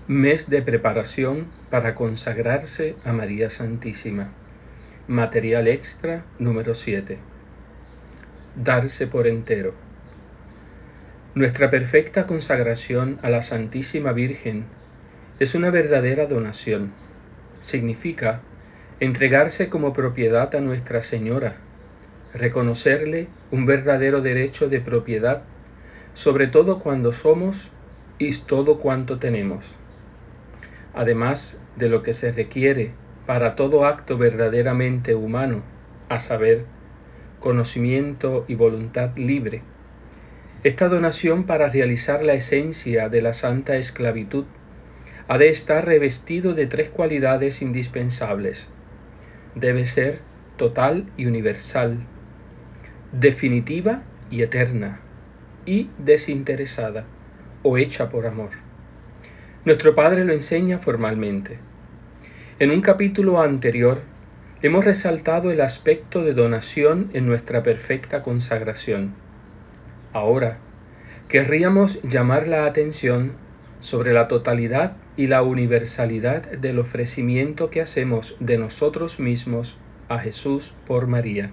Mes de preparación para consagrarse a María Santísima. Material extra número 7. Darse por entero. Nuestra perfecta consagración a la Santísima Virgen es una verdadera donación. Significa entregarse como propiedad a Nuestra Señora, reconocerle un verdadero derecho de propiedad sobre todo cuando somos y todo cuanto tenemos. Además de lo que se requiere para todo acto verdaderamente humano, a saber, conocimiento y voluntad libre. Esta donación para realizar la esencia de la santa esclavitud ha de estar revestido de 3 cualidades indispensables. Debe ser total y universal, definitiva y eterna, y desinteresada o hecha por amor. Nuestro Padre lo enseña formalmente. En un capítulo anterior hemos resaltado el aspecto de donación en nuestra perfecta consagración. Ahora querríamos llamar la atención sobre la totalidad y la universalidad del ofrecimiento que hacemos de nosotros mismos a Jesús por María.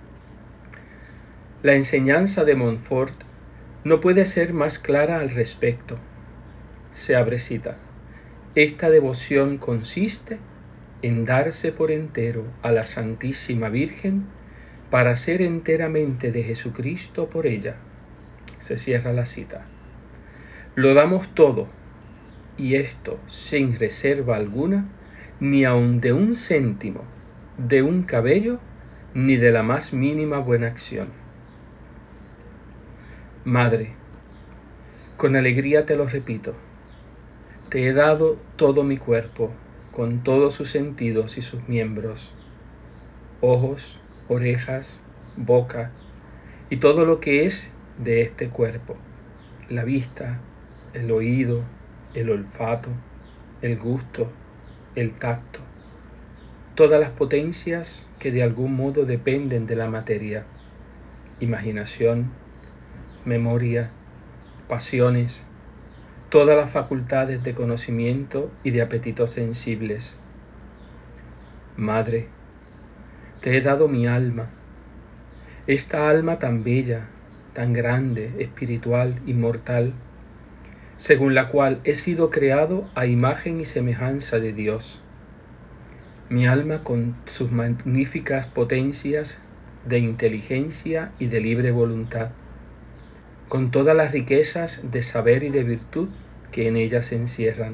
La enseñanza de Montfort no puede ser más clara al respecto. Se abre cita. Esta devoción consiste en darse por entero a la Santísima Virgen para ser enteramente de Jesucristo por ella. Se cierra la cita. Lo damos todo, y esto sin reserva alguna, ni aun de un céntimo, de un cabello, ni de la más mínima buena acción. Madre, con alegría te lo repito, te he dado todo mi cuerpo, con todos sus sentidos y sus miembros, ojos, orejas, boca, y todo lo que es de este cuerpo, la vista, el oído, el olfato, el gusto, el tacto, todas las potencias que de algún modo dependen de la materia, imaginación, memoria, pasiones, todas las facultades de conocimiento y de apetitos sensibles. Madre, te he dado mi alma, esta alma tan bella, tan grande, espiritual, inmortal, según la cual he sido creado a imagen y semejanza de Dios. Mi alma con sus magníficas potencias de inteligencia y de libre voluntad, con todas las riquezas de saber y de virtud que en ella se encierran.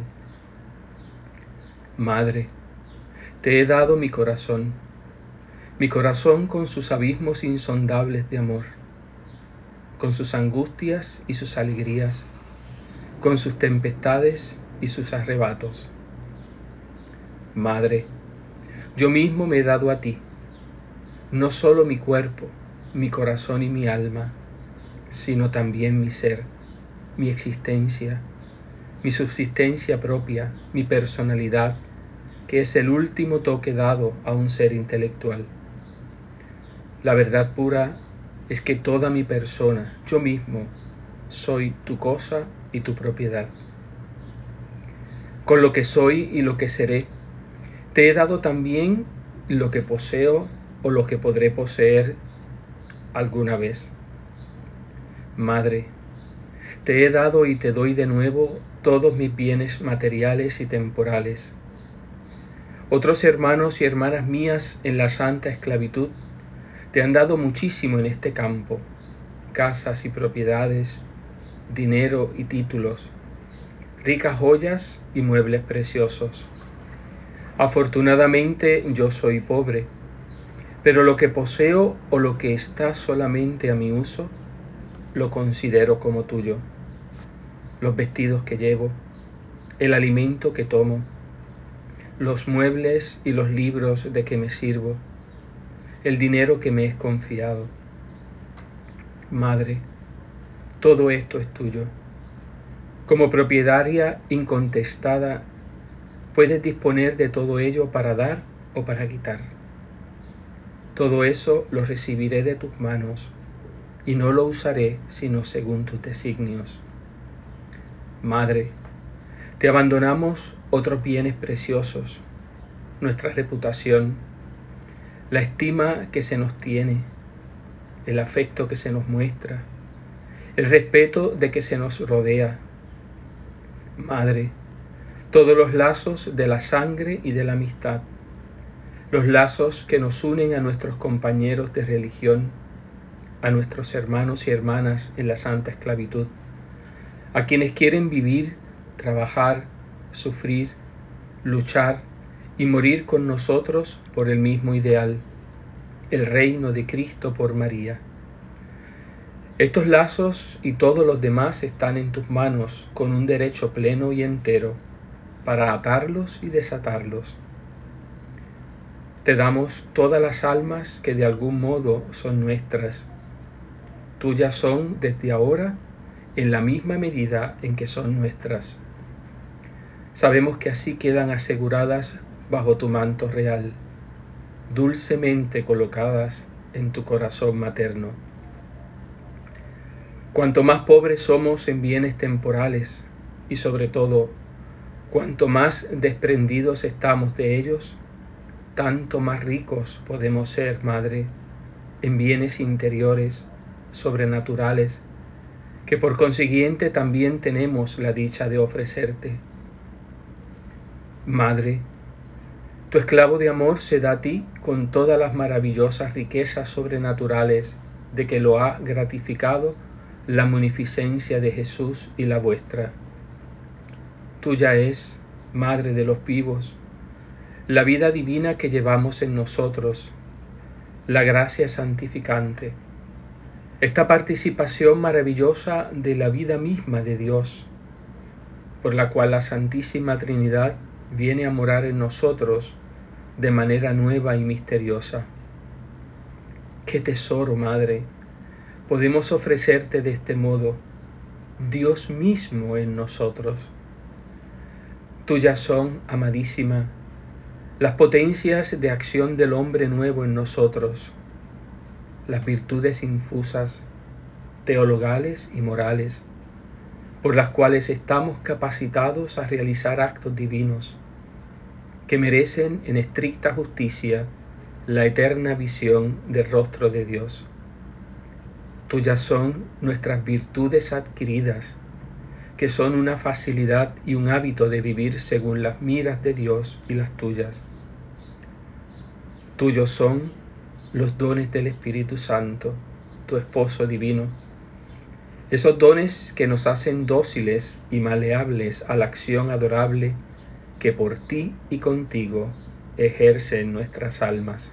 Madre, te he dado mi corazón con sus abismos insondables de amor, con sus angustias y sus alegrías, con sus tempestades y sus arrebatos. Madre, yo mismo me he dado a ti, no solo mi cuerpo, mi corazón y mi alma, sino también mi ser, mi existencia, mi subsistencia propia, mi personalidad, que es el último toque dado a un ser intelectual. La verdad pura es que toda mi persona, yo mismo, soy tu cosa y tu propiedad. Con lo que soy y lo que seré, te he dado también lo que poseo o lo que podré poseer alguna vez. Madre, te he dado y te doy de nuevo todos mis bienes materiales y temporales. Otros hermanos y hermanas mías en la santa esclavitud te han dado muchísimo en este campo, casas y propiedades, dinero y títulos, ricas joyas y muebles preciosos. Afortunadamente yo soy pobre, pero lo que poseo o lo que está solamente a mi uso, lo considero como tuyo. Los vestidos que llevo, el alimento que tomo, los muebles y los libros de que me sirvo, el dinero que me es confiado. Madre, todo esto es tuyo. Como propietaria incontestada, puedes disponer de todo ello para dar o para quitar. Todo eso lo recibiré de tus manos y no lo usaré sino según tus designios. Madre, Te abandonamos otros bienes preciosos, nuestra reputación, la estima que se nos tiene, el afecto que se nos muestra, el respeto de que se nos rodea. Madre, todos los lazos de la sangre y de la amistad, los lazos que nos unen a nuestros compañeros de religión, a nuestros hermanos y hermanas en la santa esclavitud, a quienes quieren vivir, trabajar, sufrir, luchar y morir con nosotros por el mismo ideal, el reino de Cristo por María. Estos lazos y todos los demás están en tus manos con un derecho pleno y entero para atarlos y desatarlos. Te damos todas las almas que de algún modo son nuestras. Tuyas son desde ahora en la misma medida en que son nuestras. Sabemos que así quedan aseguradas bajo tu manto real, dulcemente colocadas en tu corazón materno. Cuanto más pobres somos en bienes temporales y sobre todo, cuanto más desprendidos estamos de ellos, tanto más ricos podemos ser, Madre, en bienes interiores, sobrenaturales, que por consiguiente también tenemos la dicha de ofrecerte. Madre, tu esclavo de amor se da a ti con todas las maravillosas riquezas sobrenaturales de que lo ha gratificado la munificencia de Jesús y la vuestra. Tuya es, Madre de los vivos, la vida divina que llevamos en nosotros, la gracia santificante, esta participación maravillosa de la vida misma de Dios, por la cual la Santísima Trinidad viene a morar en nosotros de manera nueva y misteriosa. ¡Qué tesoro, Madre, podemos ofrecerte de este modo, Dios mismo en nosotros! Tuyas son, amadísima, las potencias de acción del hombre nuevo en nosotros, las virtudes infusas, teologales y morales, por las cuales estamos capacitados a realizar actos divinos, que merecen en estricta justicia la eterna visión del rostro de Dios. Tuyas son nuestras virtudes adquiridas, que son una facilidad y un hábito de vivir según las miras de Dios y las tuyas. Tuyos son los dones del Espíritu Santo, tu esposo divino, esos dones que nos hacen dóciles y maleables a la acción adorable que por ti y contigo ejerce en nuestras almas.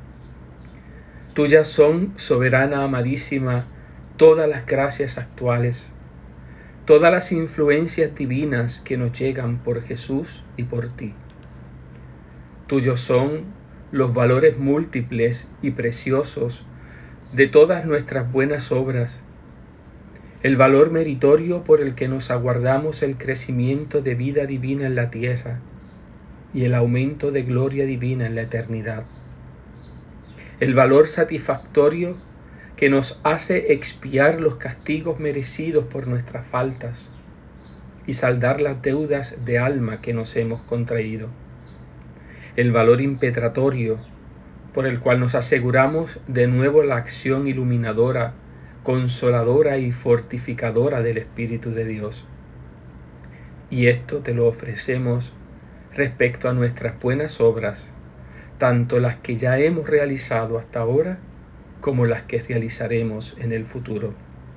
Tuyas son, soberana amadísima, todas las gracias actuales, todas las influencias divinas que nos llegan por Jesús y por ti. Tuyos son los valores múltiples y preciosos de todas nuestras buenas obras, el valor meritorio por el que nos aguardamos el crecimiento de vida divina en la tierra y el aumento de gloria divina en la eternidad. El valor satisfactorio que nos hace expiar los castigos merecidos por nuestras faltas y saldar las deudas de alma que nos hemos contraído. El valor impetratorio por el cual nos aseguramos de nuevo la acción iluminadora, consoladora y fortificadora del Espíritu de Dios. Y esto te lo ofrecemos respecto a nuestras buenas obras, tanto las que ya hemos realizado hasta ahora como las que realizaremos en el futuro.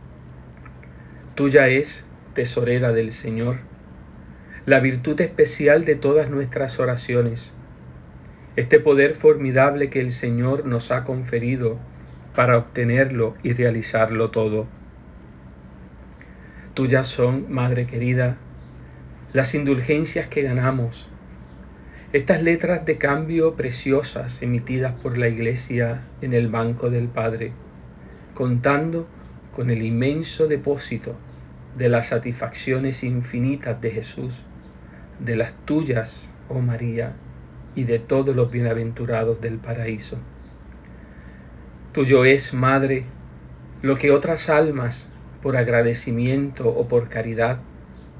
Tuya es, tesorera del Señor, la virtud especial de todas nuestras oraciones, este poder formidable que el Señor nos ha conferido para obtenerlo y realizarlo todo. Tuyas son, Madre querida, las indulgencias que ganamos, estas letras de cambio preciosas emitidas por la Iglesia en el banco del Padre, contando con el inmenso depósito de las satisfacciones infinitas de Jesús, de las tuyas, oh María, y de todos los bienaventurados del paraíso. Tuyo es, Madre, lo que otras almas, por agradecimiento o por caridad,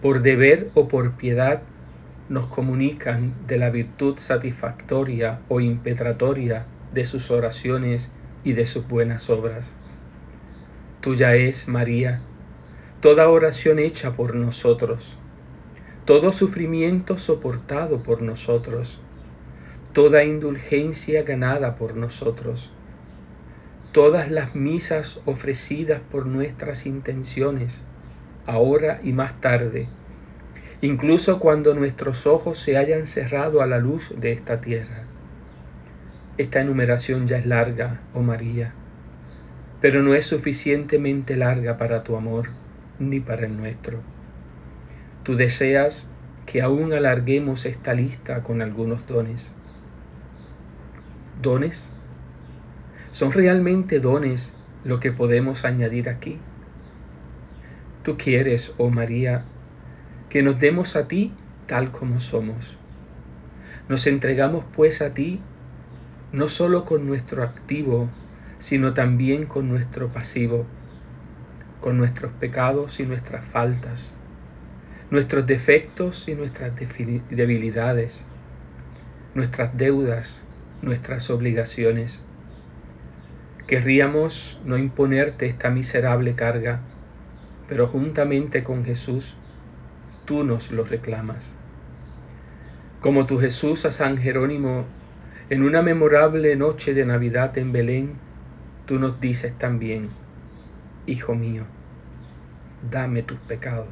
por deber o por piedad, nos comunican de la virtud satisfactoria o impetratoria de sus oraciones y de sus buenas obras. Tuya es, María, toda oración hecha por nosotros, todo sufrimiento soportado por nosotros, toda indulgencia ganada por nosotros, todas las misas ofrecidas por nuestras intenciones, ahora y más tarde, incluso cuando nuestros ojos se hayan cerrado a la luz de esta tierra. Esta enumeración ya es larga, oh María, pero no es suficientemente larga para tu amor, ni para el nuestro. Tú deseas que aún alarguemos esta lista con algunos dones. ¿Dones? ¿Son realmente dones lo que podemos añadir aquí? Tú quieres, oh María, que nos demos a ti tal como somos. Nos entregamos pues a ti, no solo con nuestro activo, sino también con nuestro pasivo, con nuestros pecados y nuestras faltas, nuestros defectos y nuestras debilidades, nuestras deudas, nuestras obligaciones. Querríamos no imponerte esta miserable carga, pero juntamente con Jesús, tú nos lo reclamas. Como tu Jesús a San Jerónimo, en una memorable noche de Navidad en Belén, tú nos dices también: Hijo mío, dame tus pecados.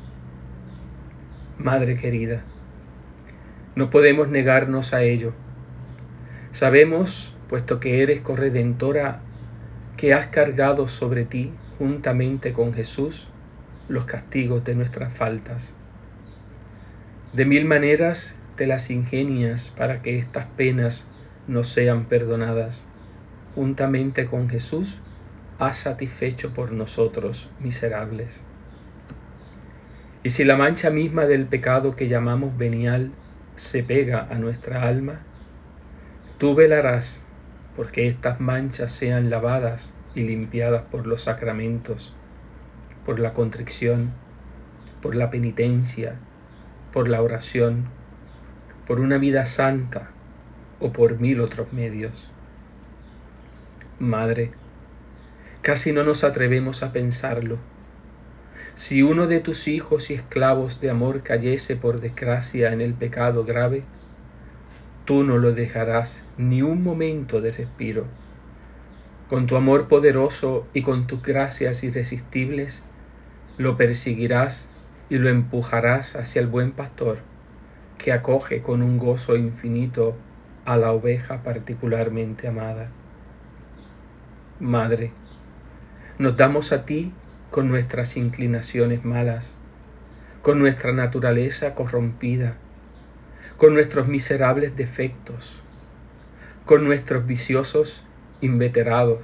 Madre querida, no podemos negarnos a ello. Sabemos, puesto que eres corredentora, que has cargado sobre ti, juntamente con Jesús, los castigos de nuestras faltas. De mil maneras te las ingenias para que estas penas nos sean perdonadas. Juntamente con Jesús, has satisfecho por nosotros, miserables. Y si la mancha misma del pecado que llamamos venial se pega a nuestra alma, tú velarás porque estas manchas sean lavadas y limpiadas por los sacramentos, por la contrición, por la penitencia, por la oración, por una vida santa o por 1000 otros medios. Madre, casi no nos atrevemos a pensarlo. Si uno de tus hijos y esclavos de amor cayese por desgracia en el pecado grave, tú no lo dejarás ni un momento de respiro. Con tu amor poderoso y con tus gracias irresistibles, lo perseguirás y lo empujarás hacia el buen pastor, que acoge con un gozo infinito a la oveja particularmente amada. Madre, nos damos a ti con nuestras inclinaciones malas, con nuestra naturaleza corrompida, con nuestros miserables defectos, con nuestros vicios inveterados.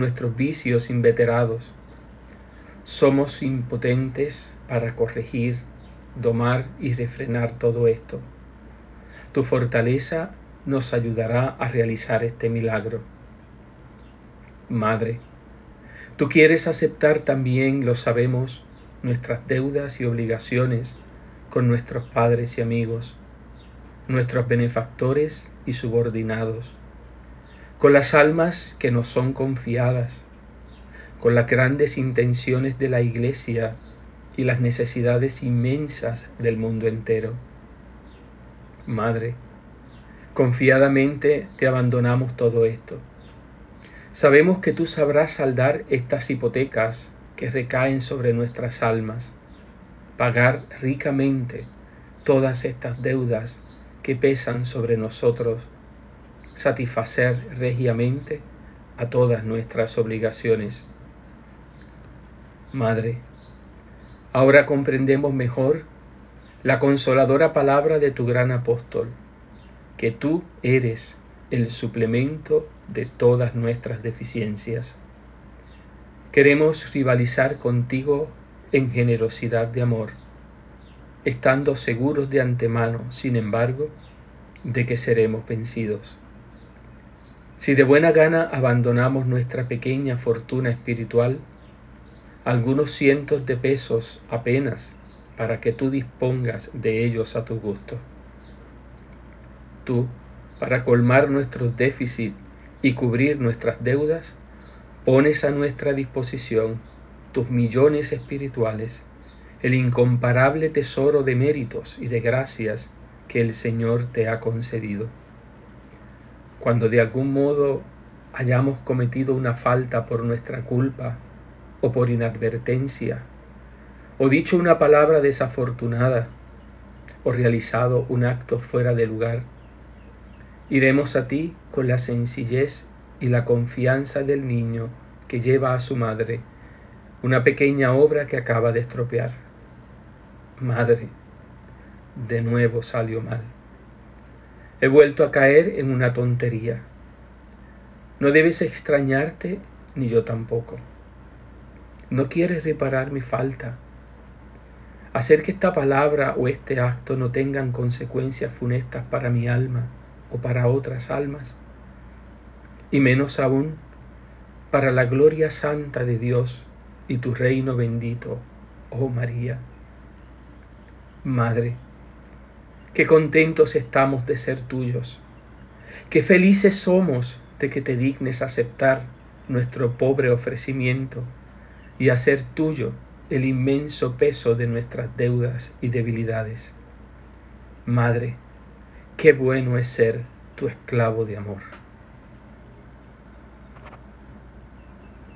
Somos impotentes para corregir, domar y refrenar todo esto. Tu fortaleza nos ayudará a realizar este milagro. Madre, tú quieres aceptar también, lo sabemos, nuestras deudas y obligaciones con nuestros padres y amigos, nuestros benefactores y subordinados, con las almas que nos son confiadas, con las grandes intenciones de la Iglesia y las necesidades inmensas del mundo entero. Madre, confiadamente te abandonamos todo esto. Sabemos que tú sabrás saldar estas hipotecas que recaen sobre nuestras almas, pagar ricamente todas estas deudas que pesan sobre nosotros, satisfacer regiamente a todas nuestras obligaciones. Madre, ahora comprendemos mejor la consoladora palabra de tu gran apóstol, que tú eres el suplemento de todas nuestras deficiencias. Queremos rivalizar contigo en generosidad de amor, estando seguros de antemano, sin embargo, de que seremos vencidos. Si de buena gana abandonamos nuestra pequeña fortuna espiritual, algunos cientos de pesos apenas para que tú dispongas de ellos a tu gusto. Tú, para colmar nuestros déficits y cubrir nuestras deudas, pones a nuestra disposición tus millones espirituales, el incomparable tesoro de méritos y de gracias que el Señor te ha concedido. Cuando de algún modo hayamos cometido una falta por nuestra culpa o por inadvertencia, o dicho una palabra desafortunada, o realizado un acto fuera de lugar, iremos a ti con la sencillez y la confianza del niño que lleva a su madre una pequeña obra que acaba de estropear. Madre, de nuevo salió mal. He vuelto a caer en una tontería. No debes extrañarte, ni yo tampoco. No quieres reparar mi falta, hacer que esta palabra o este acto no tengan consecuencias funestas para mi alma o para otras almas, y menos aún para la gloria santa de Dios y tu reino bendito, oh María. Madre, qué contentos estamos de ser tuyos, qué felices somos de que te dignes aceptar nuestro pobre ofrecimiento y hacer tuyo el inmenso peso de nuestras deudas y debilidades. Madre, qué bueno es ser tu esclavo de amor.